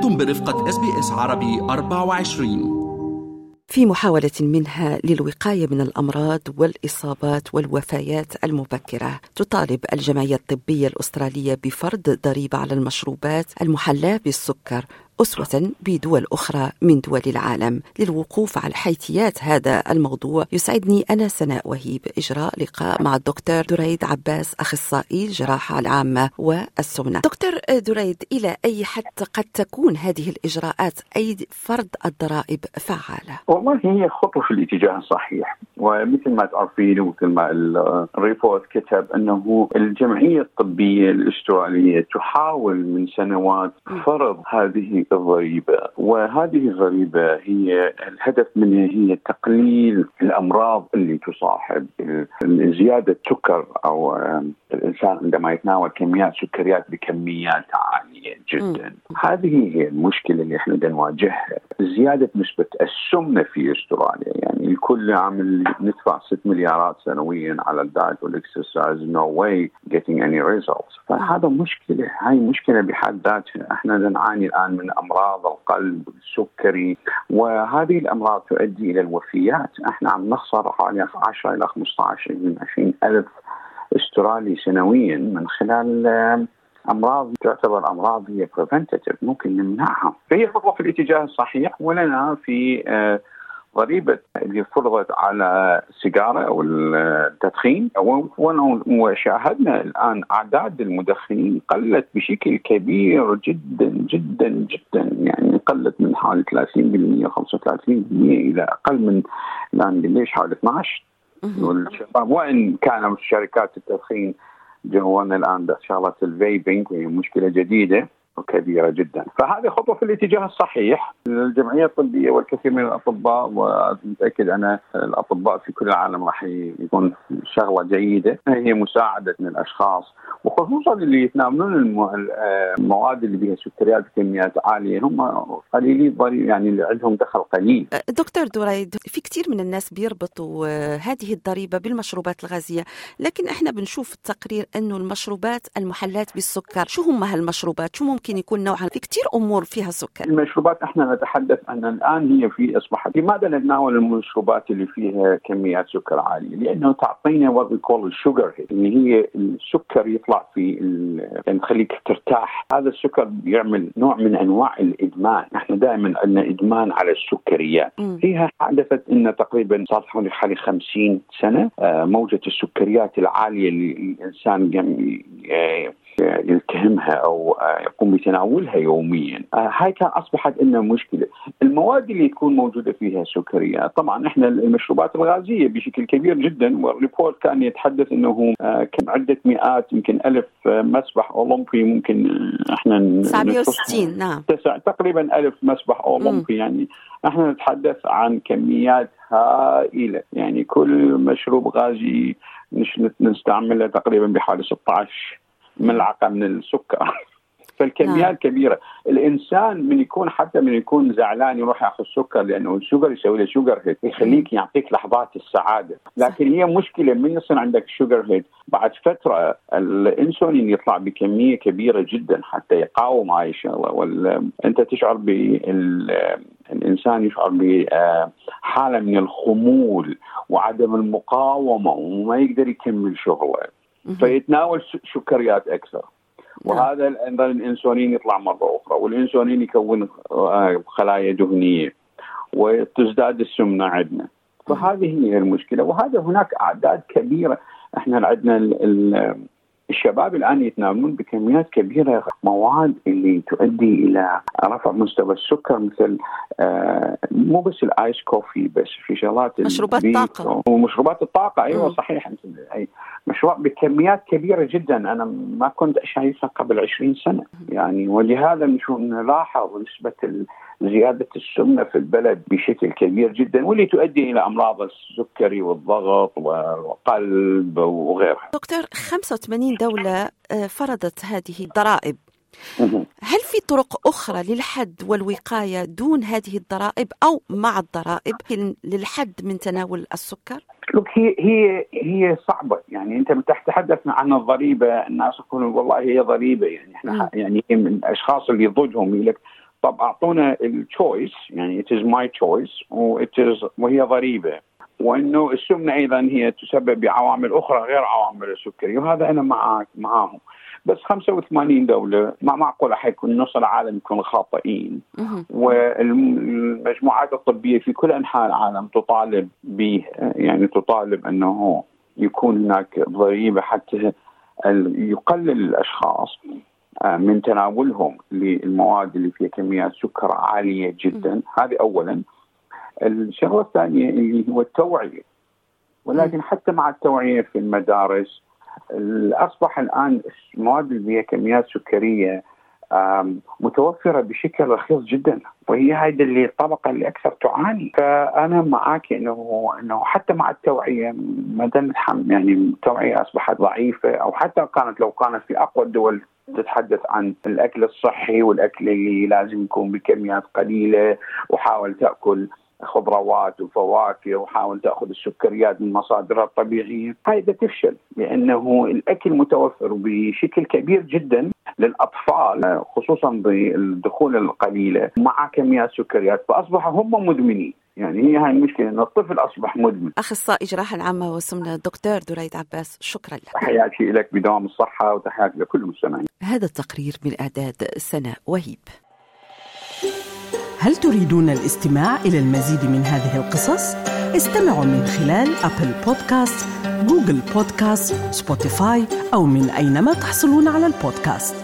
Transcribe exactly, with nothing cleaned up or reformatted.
أنتم برفقة إس بي إس عربي أربعة وعشرين. في محاولة منها للوقاية من الأمراض والإصابات والوفيات المبكرة، تطالب الجمعية الطبية الأسترالية بفرض ضريبة على المشروبات المحلاة بالسكر أسوة بدول أخرى من دول العالم. للوقوف على حيثيات هذا الموضوع يسعدني أنا سناء وهيب إجراء لقاء مع الدكتور دريد عباس، أخصائي الجراحة العامة والسمنة. دكتور دريد، إلى أي حد قد تكون هذه الإجراءات أي فرض الضرائب فعالة؟ والله هي خطوة في الاتجاه الصحيح، ومثل ما تعرفين ومثل ما الريبورت كتب أنه الجمعية الطبية الأسترالية تحاول من سنوات فرض هذه الضريبة، وهذه الضريبة هي الهدف منها هي تقليل الأمراض اللي تصاحب زيادة سكر أو الإنسان عندما يتناول كميات سكريات بكميات عالية جدا. م. هذه هي المشكلة اللي احنا نواجهها، زيادة نسبة السمنة في أستراليا. يعني الكل عامل ندفع ستة مليارات سنويا على الدايت والاكسرسايز، no way getting any results. فهذا مشكلة، هاي مشكلة بحد ذاتها. احنا نعاني الآن من أمراض القلب والسكري، وهذه الأمراض تؤدي إلى الوفيات. احنا عم نخسر حوالي عشرة إلى خمسة عشر من عشرين ألف استرالي سنويا من خلال أمراض تعتبر أمراض هي preventative ممكن نمنعها. فهي خطوة في الاتجاه الصحيح. ولنا في ضريبة اللي فرضت على السيجارة أو التدخين، وشاهدنا الآن أعداد المدخنين قلت بشكل كبير جدا جدا جدا، يعني قلت من حوالي ثلاثين بالمئة خمسة وثلاثين بالمئة إلى أقل من الآن ليش حوالي اثني عشر. والشباب وإن كانوا شركات التدخين جونا الآن شغلة الفيبينج، وهي مشكلة جديدة وكبيرة جدا. فهذه خطوة في الاتجاه الصحيح. الجمعية الطبية والكثير من الأطباء، ومتأكد أنا الأطباء في كل العالم راح يكون شغلة جيدة، هي مساعدة من الأشخاص، وخصوصا اللي يتناولون المواد اللي بها سكريات بكميات عالية، هم قليلين يعني اللي عندهم دخل قليل. دكتور دريد، في كثير من الناس بيربطوا هذه الضريبة بالمشروبات الغازية، لكن احنا بنشوف التقرير أنه المشروبات المحلات بالسكر، شو هم هالمشروبات؟ شو ممكن يكون نوعها؟ في كتير أمور فيها سكر. المشروبات احنا نتحدث أن الآن هي في أصبحت، لماذا نتناول المشروبات اللي فيها كميات سكر عالية؟ لأنه تعطينا what we call الشوجر هيت، اللي هي السكر يطلع في يعني تخليك ترتاح. هذا السكر بيعمل نوع من أنواع الإدمان. احنا دائما عندنا إدمان على السكريات. م. فيها حدثت إن تقريبا صار حوالي خمسين سنة موجة السكريات العالية اللي الإنسان يلتهمها أو يقوم بتناولها يوميا. هاي كان أصبحت إنها مشكلة. المواد اللي تكون موجودة فيها سكريات، طبعا إحنا المشروبات الغازية بشكل كبير جدا، والريبورت كان يتحدث إنه كان عدة مئات يمكن ألف مسبح أولمبي، ممكن إحنا تسعمئة وستين نعم تقريبا ألف مسبح أولمبي. يعني إحنا نتحدث عن كميات هائلة. يعني كل مشروب غازي نستعمله تقريبا بحوالي ستة عشر ملعقة من السكر. فالكميات نعم. كبيرة. الإنسان من يكون حتى من يكون زعلان يروح يأخذ سكر، لأنه السكر يسوي له شوجر هيت، يخليك يعطيك لحظات السعادة. لكن هي مشكلة من يصير عندك شوجر هيت بعد فترة الإنسولين يطلع بكمية كبيرة جدا حتى يقاوم هاي الشغلة، وأنت تشعر بالإنسان يشعر بحالة من الخمول وعدم المقاومة وما يقدر يكمل شغله، فيتناول سكريات أكثر. وهذا الانسولين يطلع مرة أخرى، والانسولين يكون خلايا دهنية وتزداد السمنة عندنا. فهذه هي المشكلة. وهذا هناك أعداد كبيرة. احنا عندنا الشباب الآن يتناولون بكميات كبيرة مواد اللي تؤدي إلى رفع مستوى السكر، مثل آه مو بس الآيس كوفي، بس في شغلات مشروبات الطاقة ومشروبات الطاقة. أيوة م. صحيح. أي مشروب بكميات كبيرة جدا أنا ما كنت أشايفها قبل عشرين سنة. يعني ولهذا نلاحظ نسبة زيادة السمنة في البلد بشكل كبير جدا، واللي تؤدي إلى أمراض السكري والضغط والقلب وغيرها. دكتور، خمسة وثمانين دولة فرضت هذه الضرائب. هل في طرق أخرى للحد والوقاية دون هذه الضرائب أو مع الضرائب للحد من تناول السكر؟ لك هي هي هي صعبة. يعني أنت تتحدث عن الضريبة، الناس يقولون والله هي ضريبة. يعني إحنا م. يعني من الأشخاص اللي ضدهم يقول لك طب أعطونا التشويس، يعني it is my choice و it is وهي ضريبة، وإنه السمنة أيضا هي تسبب بعوامل أخرى غير عوامل السكري، وهذا أنا معاك معاهم. بس خمسة وثمانين دولة ما معقولة حيكون نص العالم يكون خاطئين، والمجموعات الطبية في كل أنحاء العالم تطالب به، يعني تطالب أنه يكون هناك ضريبة حتى يقلل الأشخاص من تناولهم للمواد اللي فيها كميات سكر عالية جدا. هذه أولا. الشغلة الثانية اللي هو التوعية، ولكن حتى مع التوعية في المدارس أصبح الآن المواد اللي فيها كميات سكرية متوفرة بشكل رخيص جدا، وهي هذه اللي الطبقة اللي أكثر تعاني. فأنا معاك إنه إنه حتى مع التوعية مدى الحمل، يعني التوعية أصبحت ضعيفة، أو حتى كانت لو كانت في أقوى الدول تتحدث عن الأكل الصحي والأكل اللي لازم يكون بكميات قليلة، وحاول تأكل خضروات وفواكه، وحاول تأخذ السكريات من مصادرها الطبيعية. هذا تفشل لأنه الأكل متوفر بشكل كبير جدا للأطفال، خصوصا بالدخول القليلة مع كميات سكريات، فأصبحوا هم مدمنين. يعني هي هاي المشكلة، أن الطفل أصبح مدمن. أخصائي جراحة العامة والسمنة دكتور دريد عباس، شكرا لك. تحياتي لك بدوام الصحة، وتحياتي لكل المستمعين. هذا التقرير من إعداد سناء وهيب. هل تريدون الاستماع إلى المزيد من هذه القصص؟ استمعوا من خلال أبل بودكاست، جوجل بودكاست، سبوتيفاي، أو من أينما تحصلون على البودكاست.